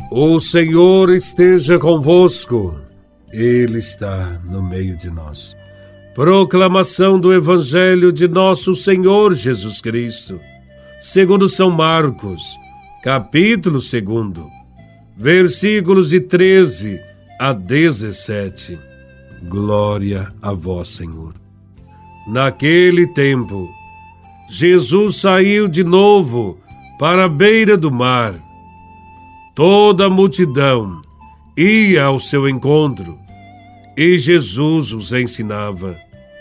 O Senhor esteja convosco, Ele está no meio de nós. Proclamação do Evangelho de nosso Senhor Jesus Cristo, segundo São Marcos, capítulo 2, versículos de 13 a 17. Glória a vós, Senhor. Naquele tempo, Jesus saiu de novo para a beira do mar. Toda a multidão ia ao seu encontro e Jesus os ensinava.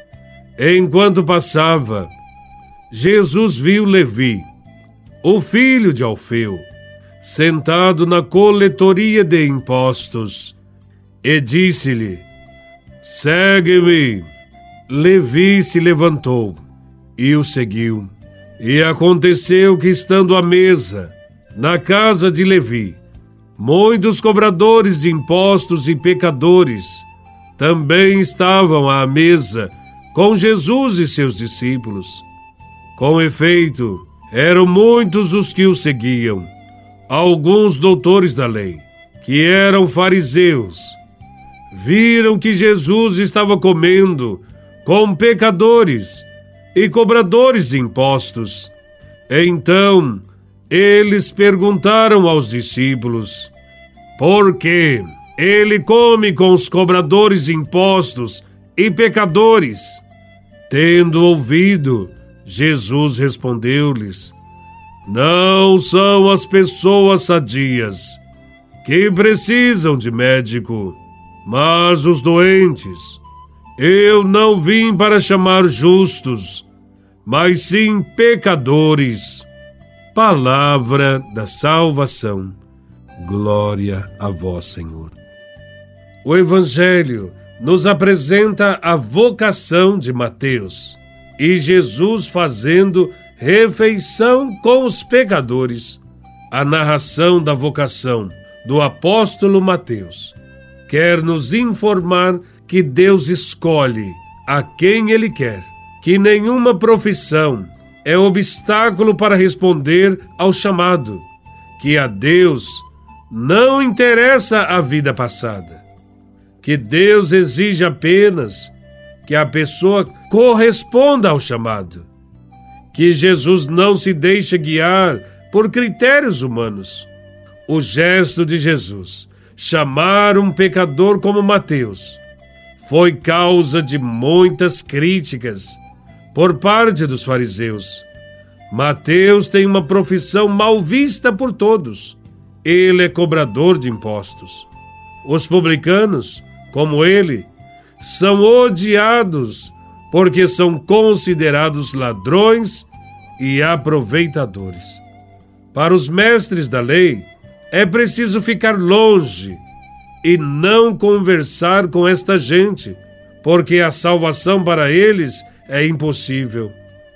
Enquanto passava, Jesus viu Levi, o filho de Alfeu, sentado na coletoria de impostos, e disse-lhe: "Segue-me." Levi se levantou e o seguiu. E aconteceu que, estando à mesa, na casa de Levi, muitos cobradores de impostos e pecadores também estavam à mesa com Jesus e seus discípulos. Com efeito, eram muitos os que o seguiam. Alguns doutores da lei, que eram fariseus, viram que Jesus estava comendo com pecadores e cobradores de impostos. Então, eles perguntaram aos discípulos: "Por que ele come com os cobradores de impostos e pecadores?" Tendo ouvido, Jesus respondeu-lhes: "Não são as pessoas sadias que precisam de médico, mas os doentes. Eu não vim para chamar justos, mas sim pecadores." Palavra da salvação. Glória a vós, Senhor. O Evangelho nos apresenta a vocação de Mateus e Jesus fazendo refeição com os pecadores. A narração da vocação do apóstolo Mateus quer nos informar que Deus escolhe a quem Ele quer, que nenhuma profissão é obstáculo para responder ao chamado, que a Deus não interessa a vida passada, que Deus exige apenas que a pessoa corresponda ao chamado, que Jesus não se deixa guiar por critérios humanos. O gesto de Jesus, chamar um pecador como Mateus, foi causa de muitas críticas por parte dos fariseus. Mateus tem uma profissão mal vista por todos. Ele é cobrador de impostos. Os publicanos, como ele, são odiados porque são considerados ladrões e aproveitadores. Para os mestres da lei, é preciso ficar longe e não conversar com esta gente, porque a salvação para eles é impossível.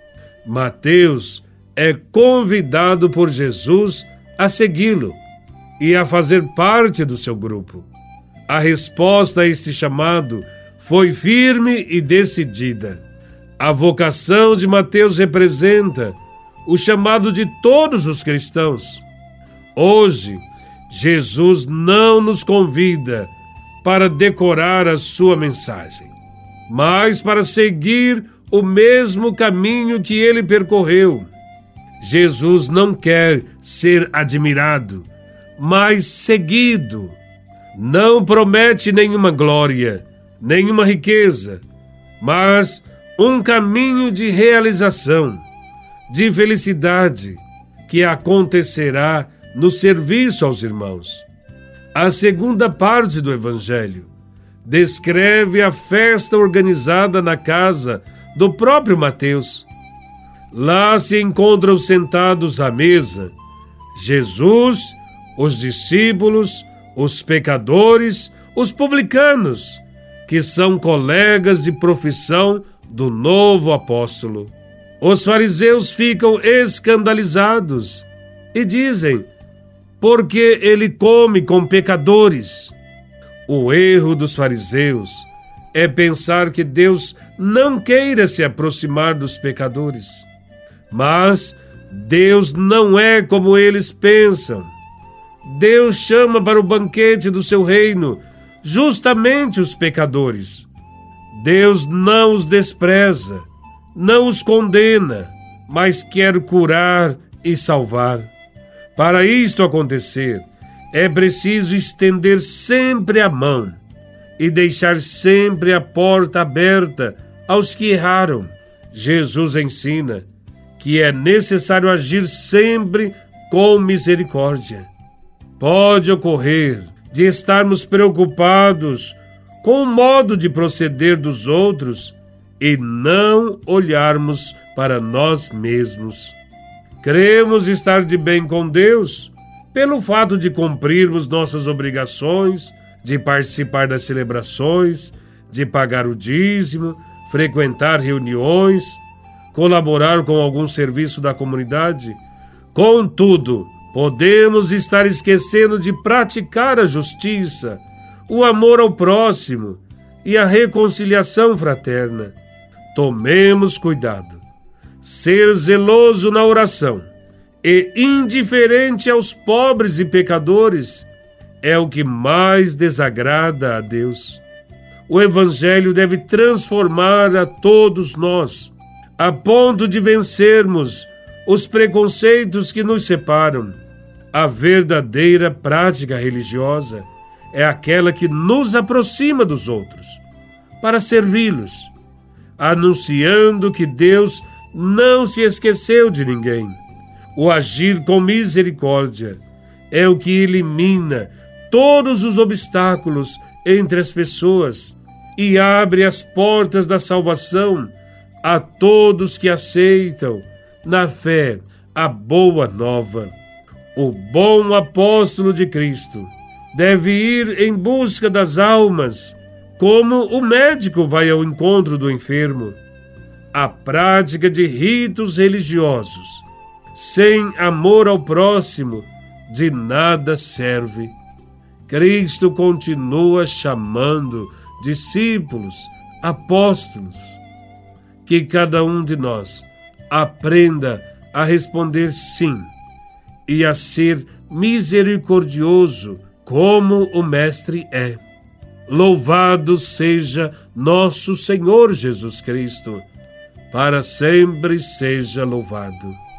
Mateus é convidado por Jesus a segui-lo e a fazer parte do seu grupo. A resposta a este chamado foi firme e decidida. A vocação de Mateus representa o chamado de todos os cristãos. Hoje, Jesus não nos convida para decorar a sua mensagem, mas para seguir o mesmo caminho que ele percorreu. Jesus não quer ser admirado, mas seguido. Não promete nenhuma glória, nenhuma riqueza, mas um caminho de realização, de felicidade, que acontecerá no serviço aos irmãos. A segunda parte do Evangelho descreve a festa organizada na casa do próprio Mateus. Lá se encontram sentados à mesa Jesus, os discípulos, os pecadores, os publicanos, que são colegas de profissão do novo apóstolo. Os fariseus ficam escandalizados e dizem: "Por que ele come com pecadores?" O erro dos fariseus é pensar que Deus não queira se aproximar dos pecadores. Mas Deus não é como eles pensam. Deus chama para o banquete do seu reino justamente os pecadores. Deus não os despreza, não os condena, mas quer curar e salvar. Para isto acontecer, é preciso estender sempre a mão e deixar sempre a porta aberta aos que erraram. Jesus ensina que é necessário agir sempre com misericórdia. Pode ocorrer de estarmos preocupados com o modo de proceder dos outros e não olharmos para nós mesmos. Cremos estar de bem com Deus pelo fato de cumprirmos nossas obrigações, de participar das celebrações, de pagar o dízimo, frequentar reuniões, colaborar com algum serviço da comunidade. Contudo, podemos estar esquecendo de praticar a justiça, o amor ao próximo e a reconciliação fraterna. Tomemos cuidado. Ser zeloso na oração e indiferente aos pobres e pecadores é o que mais desagrada a Deus. O Evangelho deve transformar a todos nós, a ponto de vencermos os preconceitos que nos separam. A verdadeira prática religiosa é aquela que nos aproxima dos outros, para servi-los, anunciando que Deus não se esqueceu de ninguém. O agir com misericórdia é o que elimina todos os obstáculos entre as pessoas e abre as portas da salvação a todos que aceitam, na fé, a boa nova. O bom apóstolo de Cristo deve ir em busca das almas, como o médico vai ao encontro do enfermo. A prática de ritos religiosos, sem amor ao próximo, de nada serve. Cristo continua chamando discípulos, apóstolos. Que cada um de nós aprenda a responder sim e a ser misericordioso como o Mestre é. Louvado seja nosso Senhor Jesus Cristo, para sempre seja louvado.